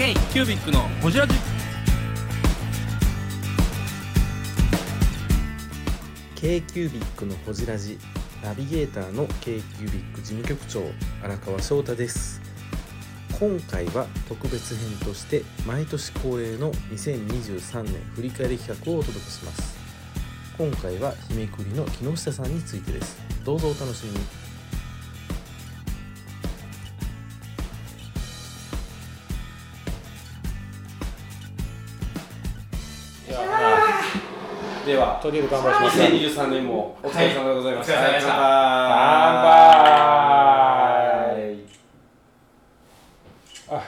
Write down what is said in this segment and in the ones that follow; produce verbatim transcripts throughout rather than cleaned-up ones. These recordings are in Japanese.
K キュービックのホジラジ。 K キュービックのホジラジナビゲーターの K キュービック事務局長荒川翔太です。今回は特別編として毎年恒例のにせんにじゅうさんねん振り返り企画をお届けします。今回は日めくりの木下さんについてです。どうぞお楽しみに。 では、 とりあえず乾杯します。 にせんにじゅうさんねんもお疲れ様でございました。 はい、お疲れ様でした。 乾杯。 あ、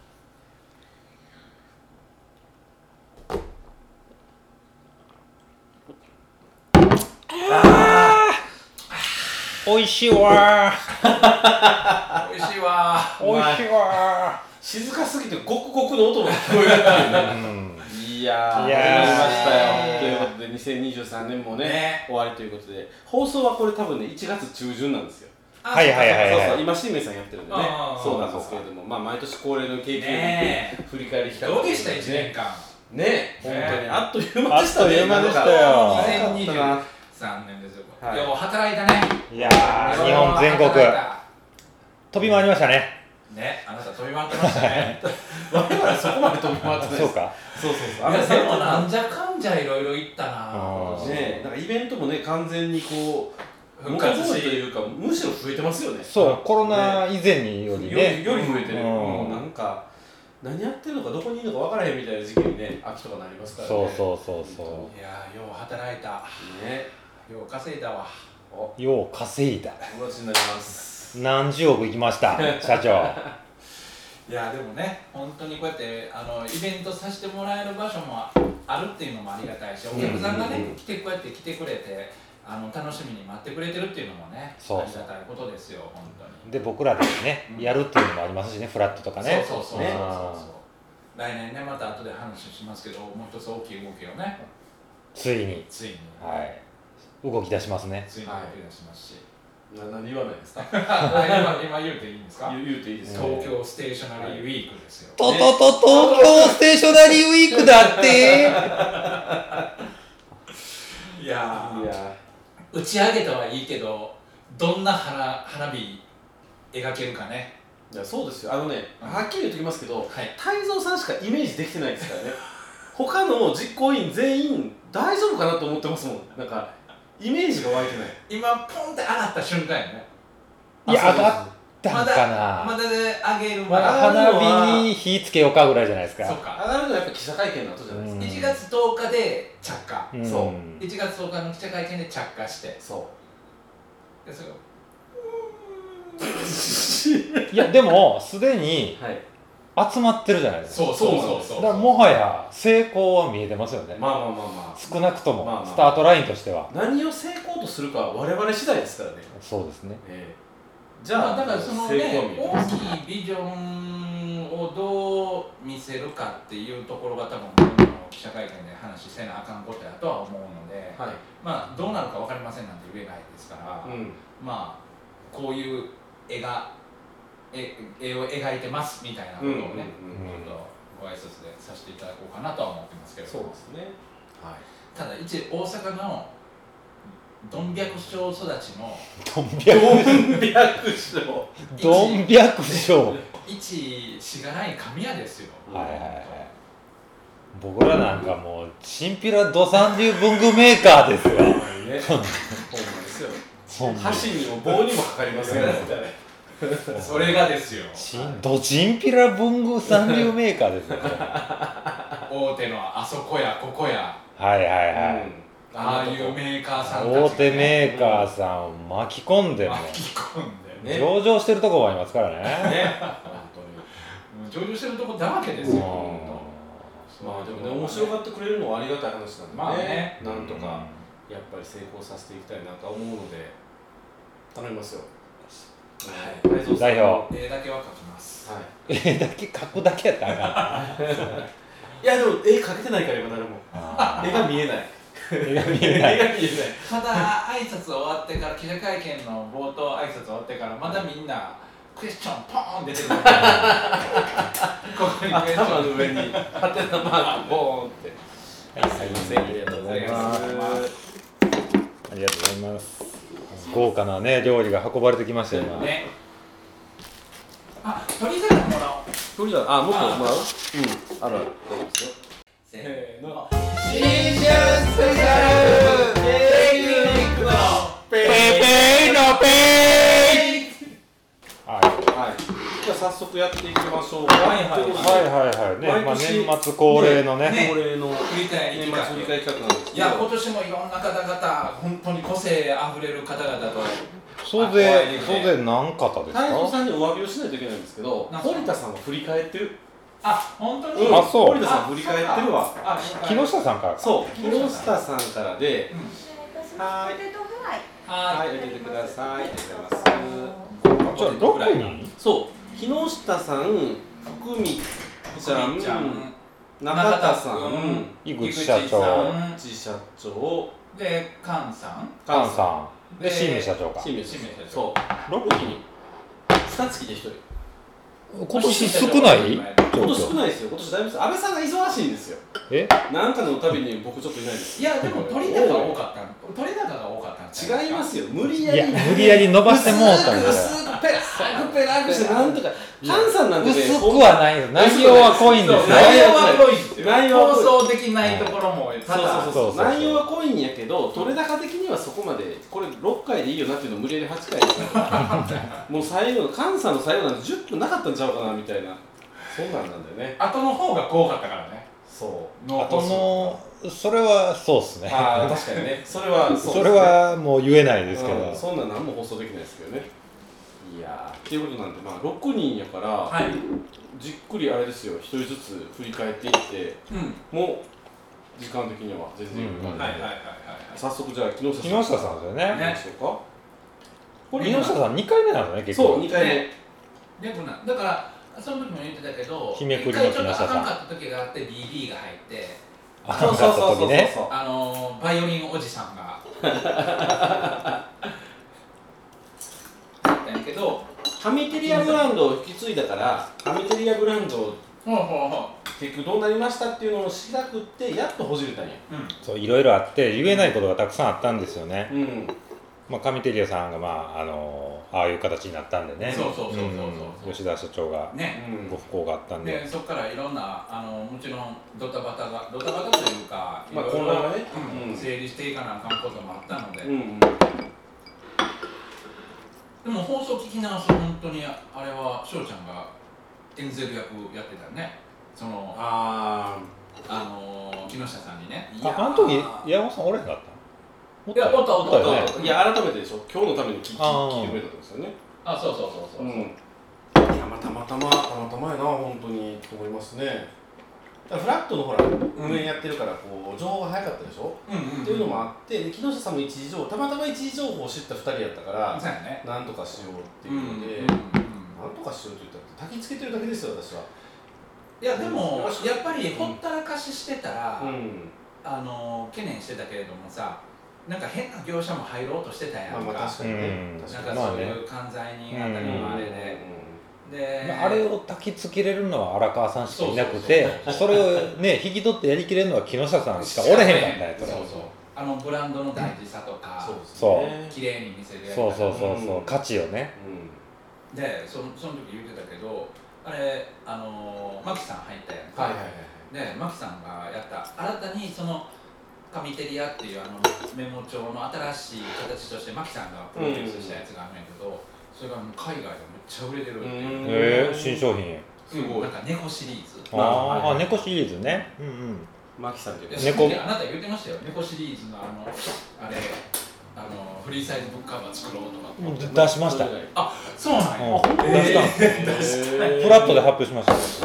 あー、おいしいわ美味しいわー。おいしいわ静かすぎてゴクゴクの音も聞こえるっていうー。 ね。 うんいやー、 いやー始まりましたよ。ということで、にせんにじゅうさんねんもね、 ね終わりということで、放送はこれ多分ね、いちがつ中旬なんですよ。 はいはいはいそうそう、今、新明さんやってるんでねあ、ーそうなんですけれども、まあ、毎年恒例の景気ね振り返り企画どうでしたいちねんかん。 ね、本当にねあっという間でしたね。 あっという間でしたよにせんにじゅう早かっさんねんですよ。 はいよう働いたね。 いやー、日本全国働いた飛び回りましたね。 ね、あなた飛び回ってましたね。 たな。我々そこまで飛び回ってないです。 そうか。 そうそうそう。 いやでもななんじゃかんじゃいろいろ行ったな。 あーね、なんかイベントもね、完全にこう、 復活し元通りというか、むしろ増えてますよね。 そう、コロナ以前によりよね。 りより増えてる。 うんもうなんか、何やってるのか、どこにいるのか分からへんみたいな時期にね、秋とかなりますからね。 そうそうそうそいやー、よう働いた。 ね、 よう稼いだわ。 お、 う。よう稼いだ。 友達になります。 何十億いきました、社長。 いやでもね、本当にこうやってあのイベントさせてもらえる場所もあるっていうのもありがたいし、お客さんがね、来てこうやって来てくれてあの楽しみに待ってくれてるっていうのもね、 そうありがたいことですよ、本当に。 で、僕らでね、やるっていうのもありますしね、フラットとかね。 そうそうそうそうそうあそう。来年ね、また後で話しますけど、もう一つ大きい動きをね、 ーついに、 ついに、 はい、動き出しますね。 ついに動き出しますし。 な何言わないですか。 今今言うていいんですか？ 言う言うていいですか。 東京ステーショナリーウィークですよ。 ととと東京ステーショナリーウィークだっていやーいや打ち上げたはいいけど、どんな花花火描けるかね。 いや、そうですよ。あのね、 うんはっきり言っておきますけど、 はい。 泰造さんしかイメージできてないですからね。他の実行委員全員大丈夫かなと思ってますもん。なんかイメージが湧いてない。 今ポンって上がった瞬間やね。 いや、 あそうです上がったんかまだまな。 だで上げるまだまだ。 花火に火つけようかぐらいじゃないですか。 そうか。 上がるのはやっぱ記者会見の後じゃないですか。 うんいちがつとおかで着火。 うんそういちがつとおかの記者会見で着火して。 そう。 でそれをいや、でも、すでにはい。 集まってるじゃないですか。 そうそうそうそう。 だからもはや成功は見えてますよね。 まあまあまあまあ。 少なくとも、 まあまあスタートラインとしては。 何を成功とするかは我々次第ですからね。 そうですね。 ええじゃあ、 まあだからその成功はね、 見えてます。 大きいビジョンをどう見せるかっていうところが多分今の記者会見で話せなあかんことやとは思うので、 はい。 まあどうなるか分かりませんなんて言えないですから、 うん。 まあこういう絵が絵絵を描いてますみたいなことをね、 うんうんうんちょっとご挨拶でさせていただこうかなとは思ってますけれども、 そうですね。はい。 ただ一大阪のどんびゃく師匠育ちのどんびゃく、 百姓。 どんびゃくしょう。 一しがない神谷ですよ。 はいはいはい。僕らなんかもう、チンピラ土産流文具メーカーですよ。 ほんまにね。ほんまですよ。 ほんまに箸にも棒にもかかりますよね。 それがですよ。 チンドチンピラ文具三流メーカーですよ。 大手のあそこやここや、 はいはいはい。 ああいうメーカーさんたちがね、 大手メーカーさんを巻き込んでも、 巻き込んでね、 ね上場してるところもありますからね。 ね。本当に。 上場してるとこだらけですよ。 まあでもね、面白がってくれるのはありがたい話なんでね。 まあねなんとかやっぱり成功させていきたいなと思うので、頼みますよ。 はいはい。 代表絵だけは描きます。 はい。 絵だけ描くだけやったらあかん。 いやでも絵描けてないから今誰も。絵が見えない。 絵が見絵がえない。 見えない。 ただ挨拶終わってから記者会見の冒頭挨拶終わってからまだみんなクエスチョンポーン出てくるここにクエスチョン頭の上にハテナマークボーンってはい、すいません、ありがとうございます。 ありがとうございます。豪華なね料理が運ばれてきましたよ今。 ね。あ、鶏皿もらおう。 鶏だ、あ、もっともらう？うん、あるある。大丈夫ですよ。 せーの。 新春スペシャルケーキュービックのペペイのペイ。はい。 はい。じゃあ早速やっていきましょうか。 はいはいはいはいはいはいね、まあ年末恒例のね。 恒例の振り返り年末振り返り企画なんですけど。 いや、今年もいろんな方々、本当に個性あふれる方々と。 総勢総勢何方ですか？ 太蔵さんにお詫びをしないといけないんですけど、堀田さんは振り返ってる。 あ、本当に。 うん、 あ、そう。 堀田さん振り返ってるわ。 あ、 木下さんから。 そう、木下さんからで。 はい。ポテトフライ。 はい、入れてください。ありがとうございます。 じゃあろくにん？ そう、木下さん、福見ちゃん、中田さん、 井口社長、 井口社長、 で、菅さん、 菅さん、で新見社長か。 新見社長。そう、ろくにん。二月で一人。 今年少ない？ 今年少ないですよ。今年だいぶ安倍さんが忙しいんですよ。 え？ なんかのたびに僕ちょっといないです。 いや、でも取り高が多かったの。取り高が多かったの。 違いますよ。無理やり。 いや無理やり伸ばしてもうたんだよ。 薄くペラッペラッしてなんとか。菅さんなんてね。 薄くはないよ。内容は濃いんですよ。 内容は濃いんですよ。 内容は放送できないところも多々。 そうそうそう。内容は濃いんやけど、取れ高的にはそこまでこれろっかいでいいよなっていうのを無理やりはちかいでもう最後の菅さんの最後なんてじゅっぷんなかったんちゃうかなみたいな。そんなんなんだよね。 後の方が濃かったからね。 そうの後のそれはそうっすね。 ああ確かにね。それはそう。 それはもう言えないですけど。 そんな何も放送できないですけどね。いやーっていうことなんで、まあろくにんやから、 はい、 じっくりあれですよ、ひとりずつ振り返っていって、うん、もう時間的には全然余裕があるので、早速じゃあ木下さん。 木下さんですよね。 ね。 木下さんにかいめなのね、結構。 そう、にかいめ。 ね、だからその時も言ってたけど、 日めくりの木下さん。 一回ちょっとあかんかった時があって ビービー が入って、 あかんかった時ね。 あのバイオリンおじさんが。だけど、 ハミテリアブランドを引き継いだから、ハミテリアブランドを結局どうなりましたっていうのを知らくってやっとほじれたんや。 うん、そういろいろあって言えないことがたくさんあったんですよね。うん、まあカミテリアさんがまああのああいう形になったんでね。 そうそうそうそうそう。 吉田社長がね、ご不幸があったんで。 でそこからいろんなあのもちろんドタバタがドタバタというか、 まあ混乱がね、 整理していかなあかんこともあったので。うん、でも放送聞き直すと本当にあれは翔ちゃんがエンゼル役やってたね。そのああの木下さんにね。 ああの時山本さんおれへんかった？ いやおったおったおった。 いや改めてでしょ。今日のために聞き聞いてくれたんですよね。 あそうそうそうそう。いやまあたまたまたまたまやな本当にと思いますね。フラットのほら運営やってるからこう情報が早かったでしょ。っていうのもあって木下さんも一時情報たまたま一時情報を知ったふたりやったからなんとかしようっていうのでなんとかしようと言ったって焚きつけてるだけですよ私は。 いやでもやっぱりほったらかししてたら、うん、あの懸念してたけれどもさなんか変な業者も入ろうとしてたやんか。 まあ確かにね。 なんかそういう関西人あたりもあれで。 であれを焚きつけれるのは荒川さんしかいなくてそれをね引き取ってやりきれるのは木下さんしかおれへんかったやつ。 そうそうあのブランドの大事さとかそう綺麗に見せるやつ。 そうそうそうそう価値をね。 でそその時言ってたけどあれあのマキさん入ったやんか。はいはいはい。でマキさんがやった新たにそのカミテリアっていうあのメモ帳の新しい形としてマキさんがプロデュースしたやつがあるんやけどそれが海外でめっちゃ売れてるっていう。 へえ新商品。 すごい。なんか猫シリーズ。 ああ猫シリーズね。うんうん。 マキさんっていう猫あなた言ってましたよ。猫シリーズのあのあれあのフリーサイズブックカバー作ろうとか。 出しました。 あそうなんや。 出した。フラットで発表しました。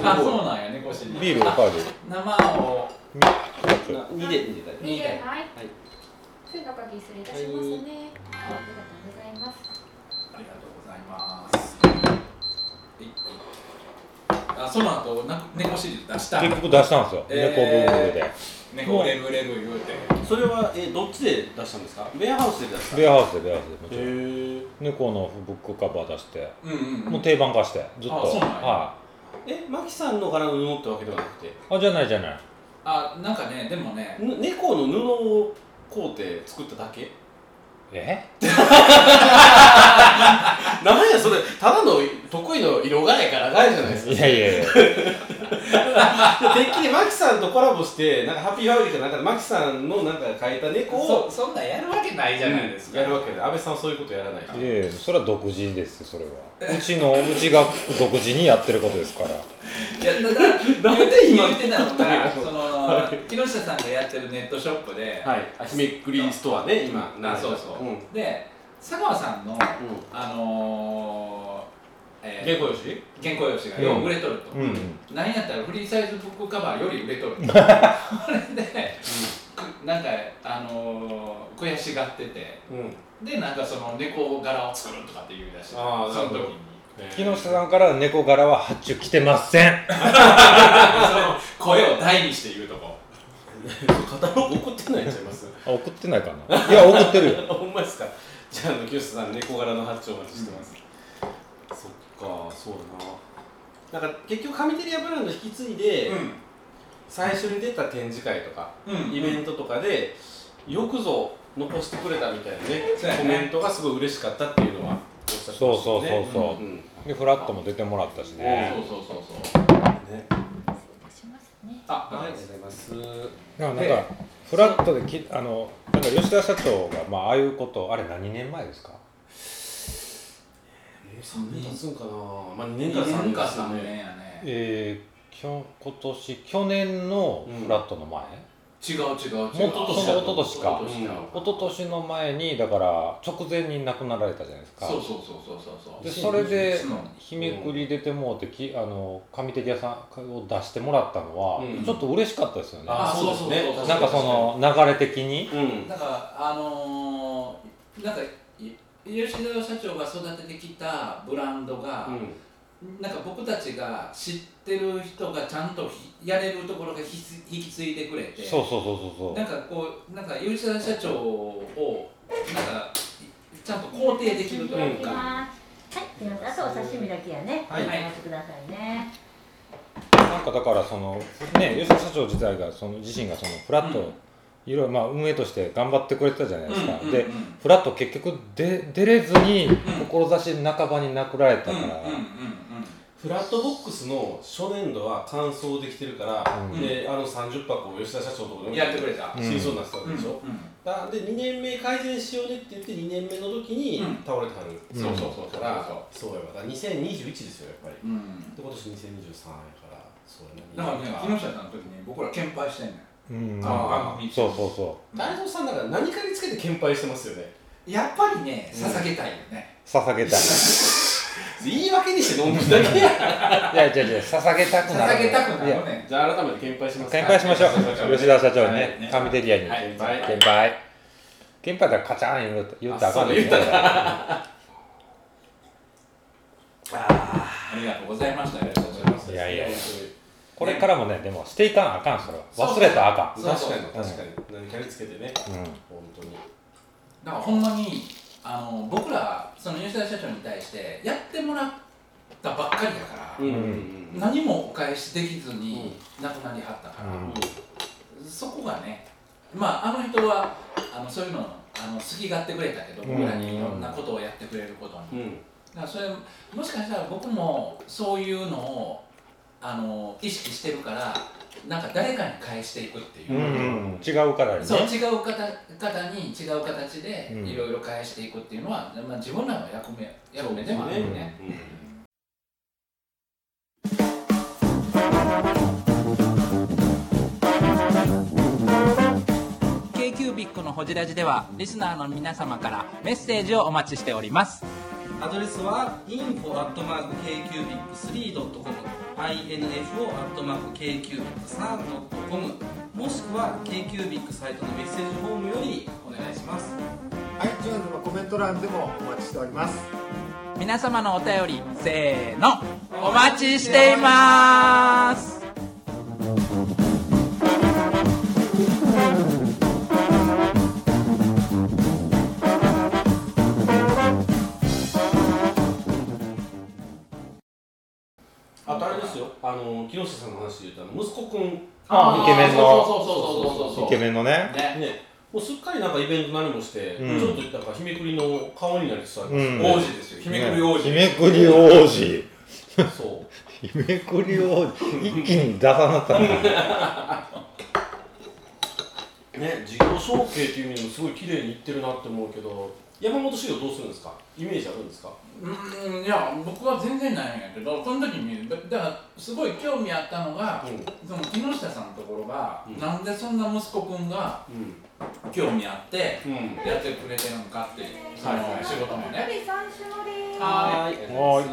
あそうなんや猫シリーズ。 ビールおかわり。 生をにでにでにではい。それのおかげ失礼いたしますね。ありがとうございます。 ありがとうございます。あその後な猫シリーズ出した。 結局出したんですよ。猫ブームで。 猫売れる売れる言うて。 それはえどっちで出したんですか？ベアハウスで出した？ ベアハウスでベアハウスでもちろん。 へー。 猫のブックカバー出して、 うんうんうん、 もう定番化してずっと。 あ、そうなんや。 はい。 え、マキさんの柄の布ってわけではなくて？ あ、じゃないじゃない。 あ、なんかね、でもね、 猫の布を買うて作っただけ？ え？ なんやそれ、ただの得意の色柄やから柄じゃないですか。 いやいやいや。 てっきりマキさんとコラボしてなんかハッピーファミリーかなんかでマキさんのなんか描いた猫をそ, そんなんやるわけないじゃないですか、 やるわけで、安倍さんはそういうことやらないし。 いやいや、それは独自ですよ、それは。うちのうちが独自にやってることですから。 いやだからなんで今言ってたのがその木下さんがやってるネットショップで、 はい、日めくりストアね今。 あ、そうそう、うん、で佐川さんの、うん、あのーえー、 原稿用紙原稿用紙がよう売れとると、 うんうん、 なんやったらフリーサイズブックカバーより売れとるとこれで、うん、なんか、あのー、悔しがってて、うん、でなんかその猫柄を作るとかって言い出して、その時に木下さんから猫柄は発注来てません声を大にして言うとこカタログ送ってないんちゃいます？ あ、送ってないかな。いや、送ってるよ。 ほんまですか？じゃあ、木下さん猫柄の発注お待ちしてます、うん、そっか、そうだな。なんか結局カミテリアブランド引き継いで、うん、最初に出た展示会とか、うん、イベントとかでよくぞ残してくれたみたいなね、ね、コメントがすごい嬉しかったっていうのはおっしゃってましたね。 そうそうそうそう、うん、でフラットも出てもらったしね。 そうそうそうそうね。 あ、ありがとうございます。 なんかフラットできあのなんか吉田社長がまあああいうことあれ何年前ですか？ えー、さんねん経つんかな。まあにねんかさんねんかさんねんやね。 えー、きょ今年去年のフラットの前？ 違う違う違う。 もうその一昨年か。一昨年の前にだから直前に亡くなられたじゃないですか。 そうそうそうそうそう。 でそれで日めくり出てもうてきあの紙テリ屋さんを出してもらったのは、うん、ちょっと嬉しかったですよね。 あ、そうですね。 なんかその流れ的に。 うん、だからあのー、なんか吉田社長が育ててきたブランドが。うん、なんか僕たちが知ってる人がちゃんとやれるところが引き継いでくれて、 そうそうそうそう、 なんかこうなんか吉田社長をなんかちゃんと肯定できるというか、 はい、すみません、あとお刺身だけやね、はい、お願いしてくださいね。 なんかだからそのね吉田社長自体がその自身がそのフラット、うん、いろいろまあ運営として頑張ってくれてたじゃないですか、うんうんうん、でフラット結局で出れずに志半ばに亡くなられたから、うんうんうんうん、 フラットボックスの初年度は完走できてるから、うん、であのさんじゅっぱくを吉田社長とかやってくれた真相になってたわけでしょ、うんうん、だでにねんめ改善しようねって言ってにねんめの時に倒れてはる、うん、 そうそうそうからそうやわだからにせんにじゅういちですよやっぱり、うん、で今年にせんにじゅうさんやからそうやな。だからね木下さんの時に僕ら献杯してんねん、 うん、ああそうそうそう大蔵さんだから何かにつけて献杯してますよね。 やっぱりね捧げたいよね、 うん、捧げたい言い訳にして飲むだけやいや違う違う捧げたくなる捧げたくなるね。 じゃあ改めて献杯しますか。 献杯しましょう吉田社長にね紙テリアに、 はい、献杯献杯献杯だからカチャーン言う言ったらあかんねん。 言ったらあありがとうございました。ありがとうございます。 いやいやこれからもねでもしていかんあかんそれは忘れたらあかん。 確かに確かに、うん、何かにつけてね、うん、本当にだからほんまにあの僕らその吉田社長に対してやってもらったばっかりだから、うんうんうん、何もお返しできずに亡くなりはったから、うん、そこがねまああの人はあのそういうのあの好きがってくれたけど、僕らにいろんなことをやってくれることに、うん、だからそれもしかしたら僕もそういうのをあの意識してるからなんか誰かに返していくっていう、うんうん、 違う方にねそう違う方方に違う形でいろいろ返していくっていうのは、まあ、自分らの役目役目でもあるよね。ケーキュービックのほじラジではリスナーの皆様からメッセージをお待ちしております。 アドレスは インフォ アットマーク ケーキュービックスリー ドットコム インフォ アットマーク ケーキュービックスリー ドットコム もしくは ケーキュービック サイトのメッセージフォームよりお願いします。 iTunes のコメント欄でもお待ちしております。 皆様のお便りせーのお待ちしています。 あとあれですよ、あの木下さんの話で言うとあの息子くんあイケメンのそうそうそうそうそうそうイケメンのねねね、もうすっかりなんかイベント何もして、 うん、 ちょっとなんか日めくりの顔になりつつあります、 うん、 王子ですよ、日めくり王子、 日めくり王子そう日めくり王子一気に出さなったねね、事業承継っていう意味でもすごい綺麗にいってるなって思うけど、山本修行どうするんですか？イメージあるんですか？ うん、いや僕は全然ないんやけど、この時にだからすごい興味あったのが、うん、その木下さんのところが、うん、なんでそんな息子くんが興味あってやってくれてるのかっていう、うん、その仕事もね。 はい。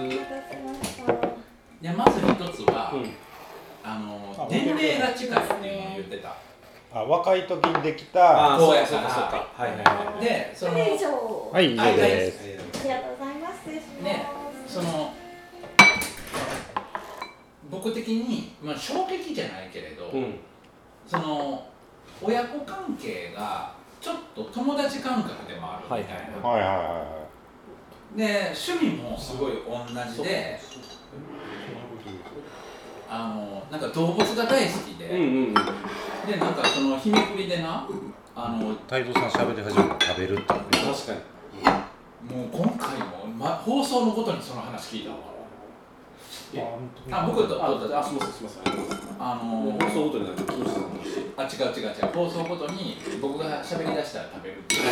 でまず一つは、うん、あの年齢が近いっていうのを言ってた。 あ、若い時にできた。 あ、そうやそうかそうか。はいはいはい。 で、そのはい、以上です。 ありがとうございます。 ね、その僕的にまあ衝撃じゃないけれど、うん、その親子関係がちょっと友達感覚でもあるみたいな。 はいはいはいはい。 で、趣味もすごい同じで。あのなんか動物が大好きで、うんうん、でなんかその日めくりでな、あの太蔵さん喋り始めたら食べるって確かにもう今回も、ま、放送のことにその話聞いたわ。あ、僕とあ、あ、すみませんすみません。あの放送ごとになってどうしたの？ あ、違う違う違う、放送ごとに僕が喋り出したら食べるっていう。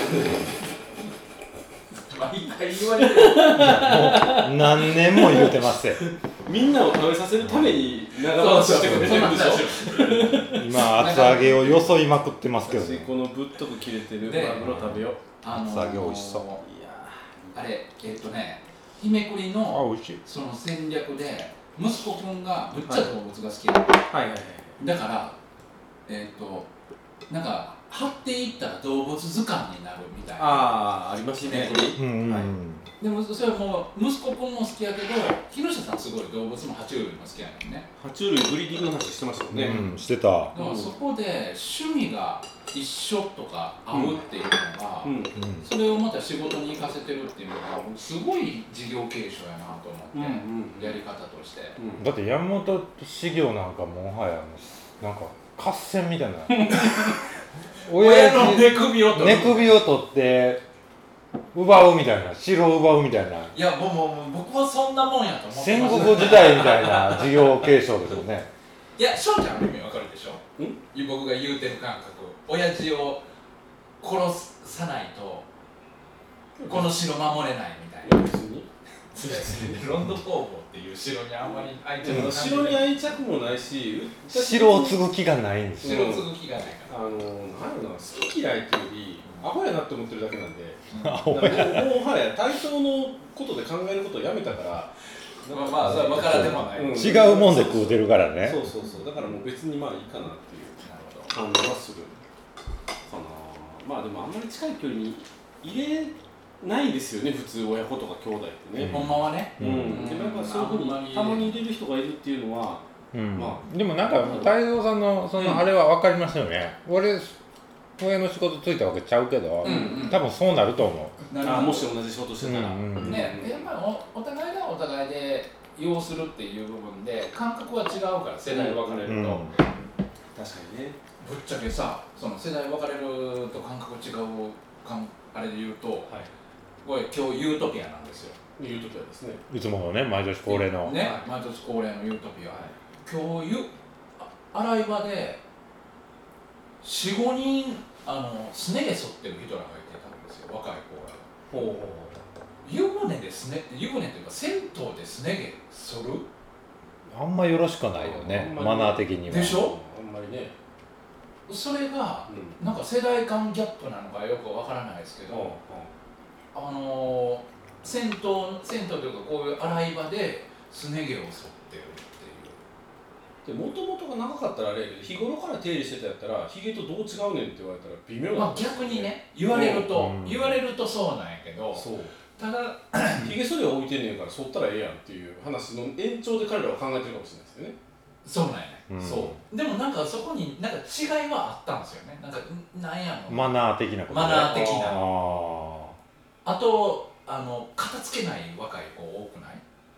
毎回言われてる。 もう何年も言うてますよ。 みんなを食べさせるために長回ししてくれてるんでしょ。 今厚揚げをよそいまくってますけどね。 このぶっとく切れてるマグロ食べよう。 あのー、 厚揚げ美味しそう。いやあれえっとね、日めくりのその戦略で息子くんがぶっちゃ動物が好きなの。 はいはいはい。 だからえっとなんか貼っていったら動物図鑑になるみたいな。 ああ、ありますね。 うんうん、はい。でもそれはもう息子くんも好きやけど、木下さんすごい動物も爬虫類も好きやねんね。 爬虫類ブリーディングの話してましたもんね。 うん、してた。 だからそこで趣味が一緒とか合うっていうのが、うんうん、それをまた仕事に生かせてるっていうのがすごい事業継承やなと思って、うんうん、やり方として、 うん、だって山本修行なんかもはやなんか合戦みたいな親の寝首を取る寝首を取って奪うみたいな、城を奪うみたいな。 いや、もうもう僕はそんなもんやと思ってます。 戦国時代みたいな事業継承ですよね。 いや、翔ちゃんの意味わかるでしょ。ん？僕が言うてる感覚、親父を殺さないとこの城守れないみたいな。別にロンド工房っていう城にあんまり愛着もない。 城に愛着もないし、 城を継ぐ気がないんですよ。城を継ぐ気がないから。 あの、なんやろな、好き嫌いっていうよりアホやなって思ってるだけなんで。アホや。もうもはや対等のことで考えることをやめたから。 まあまあ、それは分からんでもない、うん、 違うもんで食うてるからね。 そうそうそう、だからもう別にまあいいかなっていう感じはするかな。まあでもあんまり近い距離に入れないですよね、普通親子とか兄弟ってね。 ほんまはね。 うん。でもやっぱそういうふうにたまに入れる人がいるっていうのは、 うん、まあでもなんか太蔵さんのそのあれは分かりますよね。うん、俺親の仕事ついたわけちゃうけど、うんうん、多分そうなると思う。 あ、もし同じ仕事してたら、 うんうん、ね、やっぱり お, お互いがお互いで要するっていう部分で感覚は違うから世代分かれると、うんうん、 確かにね。 ぶっちゃけさ、その世代分かれると感覚違うかんあれで言うと、はい、これ今日ユートピアなんですよ。 ユートピアですね。 いつものね、毎年恒例のね、はい、毎年恒例のユートピア、はい、今日ゆ洗い場で よん、ごにんあのすね毛剃ってる人らがいてたんですよ、若い子ら。ほうほう。湯船ですね、湯船というか銭湯ですね毛剃る？ あんまよろしくないよね、マナー的には。 でしょ？ あんまりね。 それが、うん、なんか世代間ギャップなのかよくわからないですけど、うんうん、あのー、銭湯銭湯というかこういう洗い場ですね毛を剃ってるっていう。 もともとが長かったらあれやけど、日頃から手入れしてたやったらひげとどう違うねんって言われたら微妙な、ね。 まあ逆にね、言われると、うん、言われるとそうなんやけど、 そうただひげ剃りは置いてんねんから剃ったらええやんっていう話の延長で彼らは考えてるかもしれないですよね。 そうなんやね、うん、そうでもなんかそこになんか違いはあったんですよね。なんかなんやろ、 マナー的なこと、 ね、マナー的な。ああとあの片付けない若い子多くない？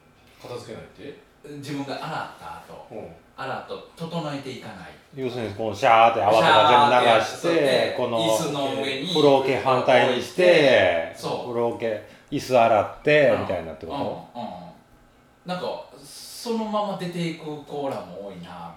片付けないって自分が洗った後、 うん洗っと整えていかない。 要するにこのシャーって泡とか全部流しシャーっててこの椅子の上に風呂桶反対にしてそう風呂桶椅子洗ってうんみたいなってこうんうんなんかそのまま出ていくコーラも多いなみたいな。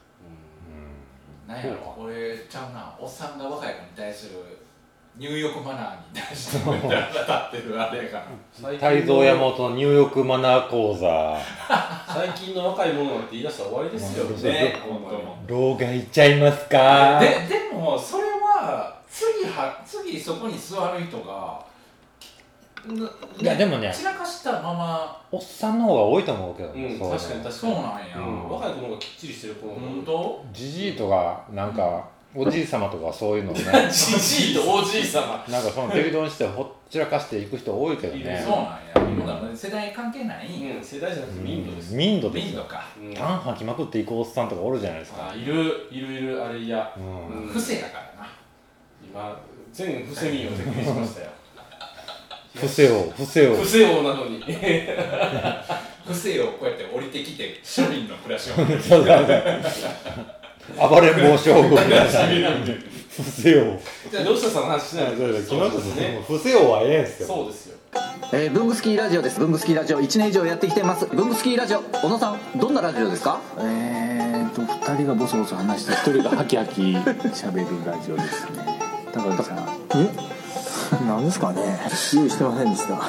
なんやろこれちゃうな、おっさんが若い子に対する入浴マナーに対して当ってるあれかな。 と泰造山本の入浴マナー講座最近の若い者なんて言い出したら終わりですよね本当老害いっちゃいますか。 ででもそれは次は次そこに座る人がいやでもね散らかしたままおっさんの方が多いと思うけどね、 うんそう確かに確かにそうなんや、 うん若い子の方がきっちりしてる子の方が本当じじいとかなんか、おじい様とかそういうのねじじいとおじい様なんかその適当にしてほっちらかしていく人多いけどねそうなんや、だから世代関係ない、 うん世代じゃなくて民度です民度ですよ民度か、 うんタン吐きまくっていくおっさんとかおるじゃないですか、 あいるいるいるあれ嫌うんうん不正だからな。 今全不正民を徹底しましたよ不正を不正を不正王なのに不正をこうやって降りてきて庶民の暮らしをそうだね暴れん坊将軍みたいな不正を木下さんの話しないで木下さんですね不正をはええんすよそうですよえー、ブングスキーラジオです。ブングスキーラジオいちねん以上やってきてます。ブングスキーラジオ、小野さんどんなラジオですか？ えーとふたりがボソボソ話してひとりがハキハキ喋るラジオですね。高木さん、えなんですかね、用意してませんでした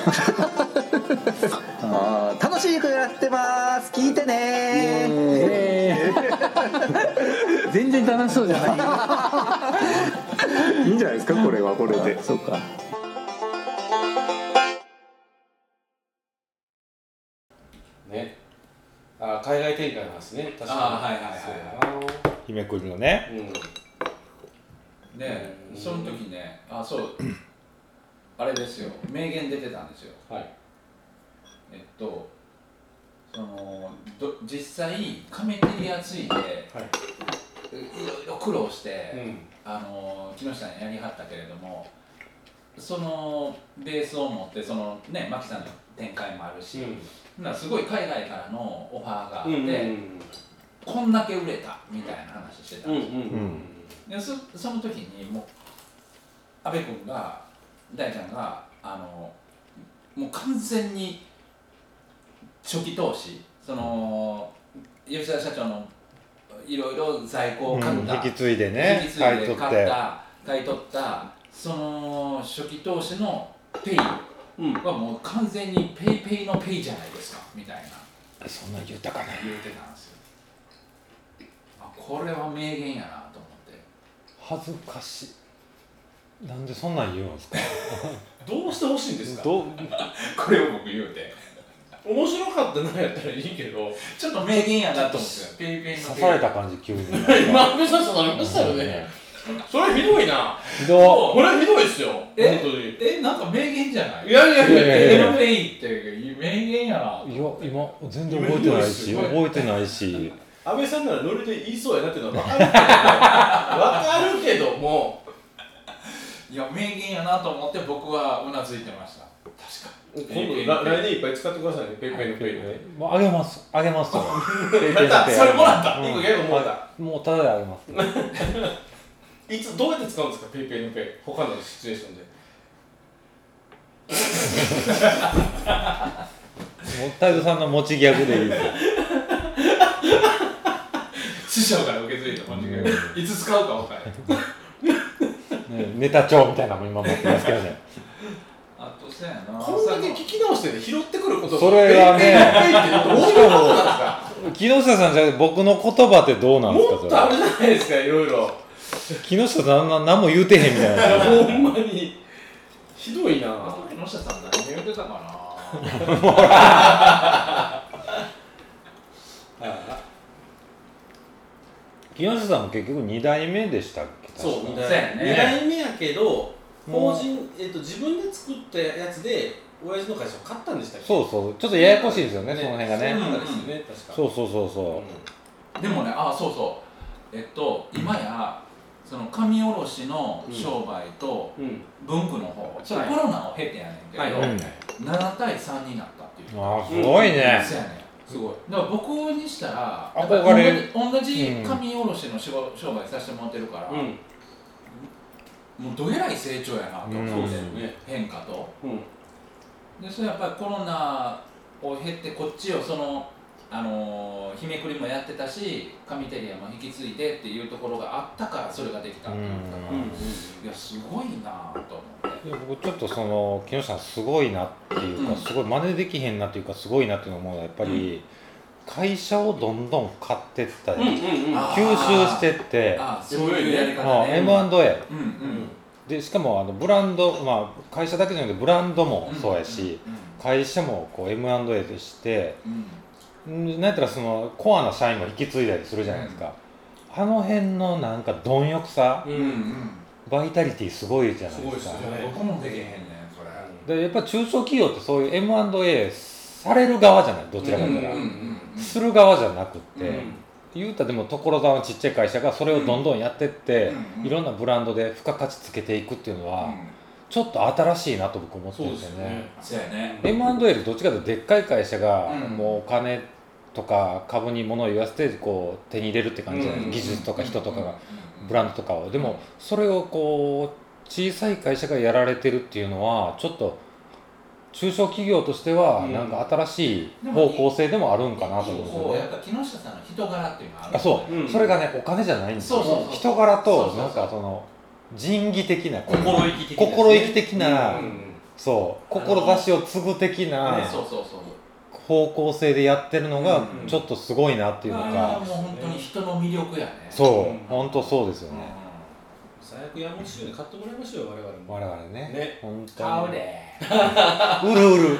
あー楽しくやってます。聞いてねー全然楽しそうじゃないいいんじゃないですか、これはこれで。そうか。 ねあ海外展開の話ね確かにあはいはいはいはい日めくりのねうんでうんその時ね、あそうあれですよ、名言出てたんですよ。 はいえっとそのど実際カメテリアついて、 はいいろいろ苦労して、 うんあの木下にやりはったけれども、そのベースを持ってそのね牧さんの展開もあるし、 うんなすごい海外からのオファーがあって、 うんうんこんだけ売れたみたいな話してたんですよ。 うんうんで そ, その時にもう阿部君が大ちゃんがあのもう完全に初期投資、その吉田社長のいろいろ在庫を買った、 うん、引き継いでね引き継い買い取っで買ってた買い取ったその初期投資のペイうんはもう完全にペイペイのペイじゃないですかみたいなそんな言ったかな言うてたんですよ。あこれは名言やなと思って。 恥ずかしいなんでそんなん言うんですかどうしてほしいんですかどうこれを僕言うて面白かったなやったらいいけどちょっと名言やなと思ってペイペイのペイ刺された感じ急に今安倍さんとなりましたよねそれひどいなひどこれひどいっすよえ本当にえなんか名言じゃない？ いやいやいやいやペイのペイって名言やな。 いや今全然覚えてないし覚えてないし安倍さんならノリで言いそうやなっていうのは分かるけど分かるけどもいや名言やなと思って僕はうなずいてました。確かに。 今度来年いっぱい使ってくださいねペイペイのペイねもうあげますあげますよやったそれもらったうんいっこギャグもらったもうただであげますいつどうやって使うんですかペイペイのペイ他のシチュエーションでもう太蔵さんの持ちギャグでいいですよ師匠から受け継いだ感じがいつ使うか分からない。 ねネタ帳みたいなのも今持ってますけどねあとそうやな。 こんだけ聞き直してね拾ってくることそれがねペイペイのペイってどういうことなんですか木下さんじゃ僕の言葉ってどうなんですかもっとあるじゃないですかいろいろ木下さんな何も言うてへんみたいなほんまにひどいなあと木下さん何言ってたかな。 木下さんも結局に代目でしたっけそう確かにそうやね代二代目やけどもう法人、えっと自分で作ったやつで親父の会社を買ったんでしたっけそうそうちょっとややこしいですよねその辺がねそうなんですよね確かそうそうそうそうでもね、あそうそうえっと今やその紙卸の商売とうんうん文具の方、それはいコロナを経てやねんけど、 はいはいなな対さんになったっていう。 ああすごいねそうやねすごい。だから僕にしたら憧れる同じ紙卸の商売させてもらってるから、うん、もうどえらい成長やなと思って、うん、変化と、うん、でそれやっぱりコロナを経ってこっちをそのあのー、日めくりもやってたし紙テリアも引き継いでっていうところがあったからそれができたっていうか、うん、いやすごいなと思って。 いや僕ちょっとその木下さんすごいなっていうか、うん、すごい真似できへんなっていうかすごいなっていうのもやっぱり、うん、会社をどんどん買ってったり、うんうんうん、吸収してってああそういうやり方ね、 エムアンドエー、うんうん、でしかもあのブランド、まあ、会社だけじゃなくてブランドもそうやし、うんうんうん、会社もこう エムアンドエー でして、うん、なんやったらそのコアな社員も引き継いだりするじゃないですか、うん、あの辺のなんか貪欲さ、うんうん、バイタリティすごいじゃないですか。 すごいですよね。僕もできへんねんそれ。 でやっぱ中小企業ってそういう エムアンドエー される側じゃない、どちらかというと、うんうんうんうん、する側じゃなくって、うん、言うたらでも所沢のちっちゃい会社がそれをどんどんやってって、うんうん、いろんなブランドで付加価値つけていくっていうのは、うん、ちょっと新しいなと僕思ってるんですよね。 そうですね。 エムアンドエー ってどっちかというとでっかい会社がもうお金とか株に物を言わせてこう手に入れるって感じじゃないですか、技術とか人とかがブランドとかを。でもそれをこう小さい会社がやられてるっていうのはちょっと中小企業としてはなんか新しい方向性でもあるんかなと思うんですよね。 やっぱ木下さんの人柄っていうのがある、 あそう、うん、それがねお金じゃないんですよ。そうそうそう、人柄となんかその仁義的な心意気的な、 心意気的な、うん、そう志を継ぐ的な、 ね、そうそうそう方向性でやってるのがちょっとすごいなっていうのが、 うん、あもう本当に人の魅力やね。 そう、うん、本当そうですよね。 最悪山本修に買ってもらいましょうよ我々も。 我々ね。 ね、 本当買うで。 うるうる。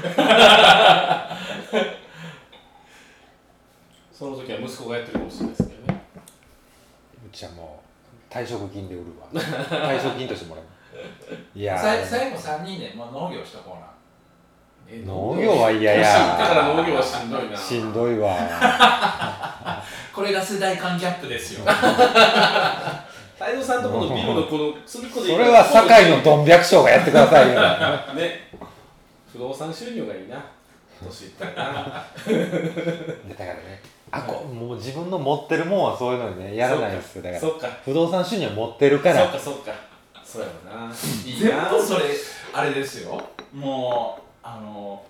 その時は息子がやってるかもしれないですけどね。 うちはもう退職金で売るわ。退職金としてもらう。いやー。最後さんにんで、まあ、農業した方な。 農業は嫌や。 だから農業はしんどいな。 しんどいわ。 これが世代間ギャップですよ。 太蔵さんとこのビルのこの隅っこでそれは堺のどん百姓がやってくださいよ。 ね。不動産収入がいいな。年いったらな。だからね。あこもう自分の持ってるもんはそういうのにねやらないですよ。だからそっか不動産収入は持ってるから。 そっかそっか。そうやろな。 いいな。全部それあれですよ。もうあの。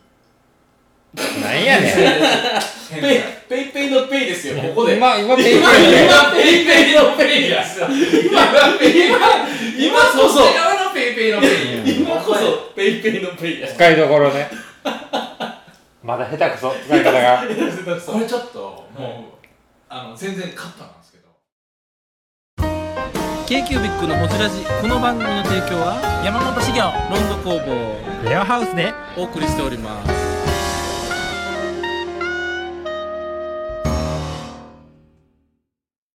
なんやねん。 ペイペイペイのペイですよ。ここで。 今今ペイペイ今ペイペイのペイや。今ペイ今今こそ今のペイペイのペイ。 今こそペイペイのペイや。 使いどころね。まだ下手くそ使い方が。 これちょっともうあの全然カットなんですけど。 k q b i c のホジラジ、この番組の提供は山本資源ロンド工房レアハウスでお送りしております。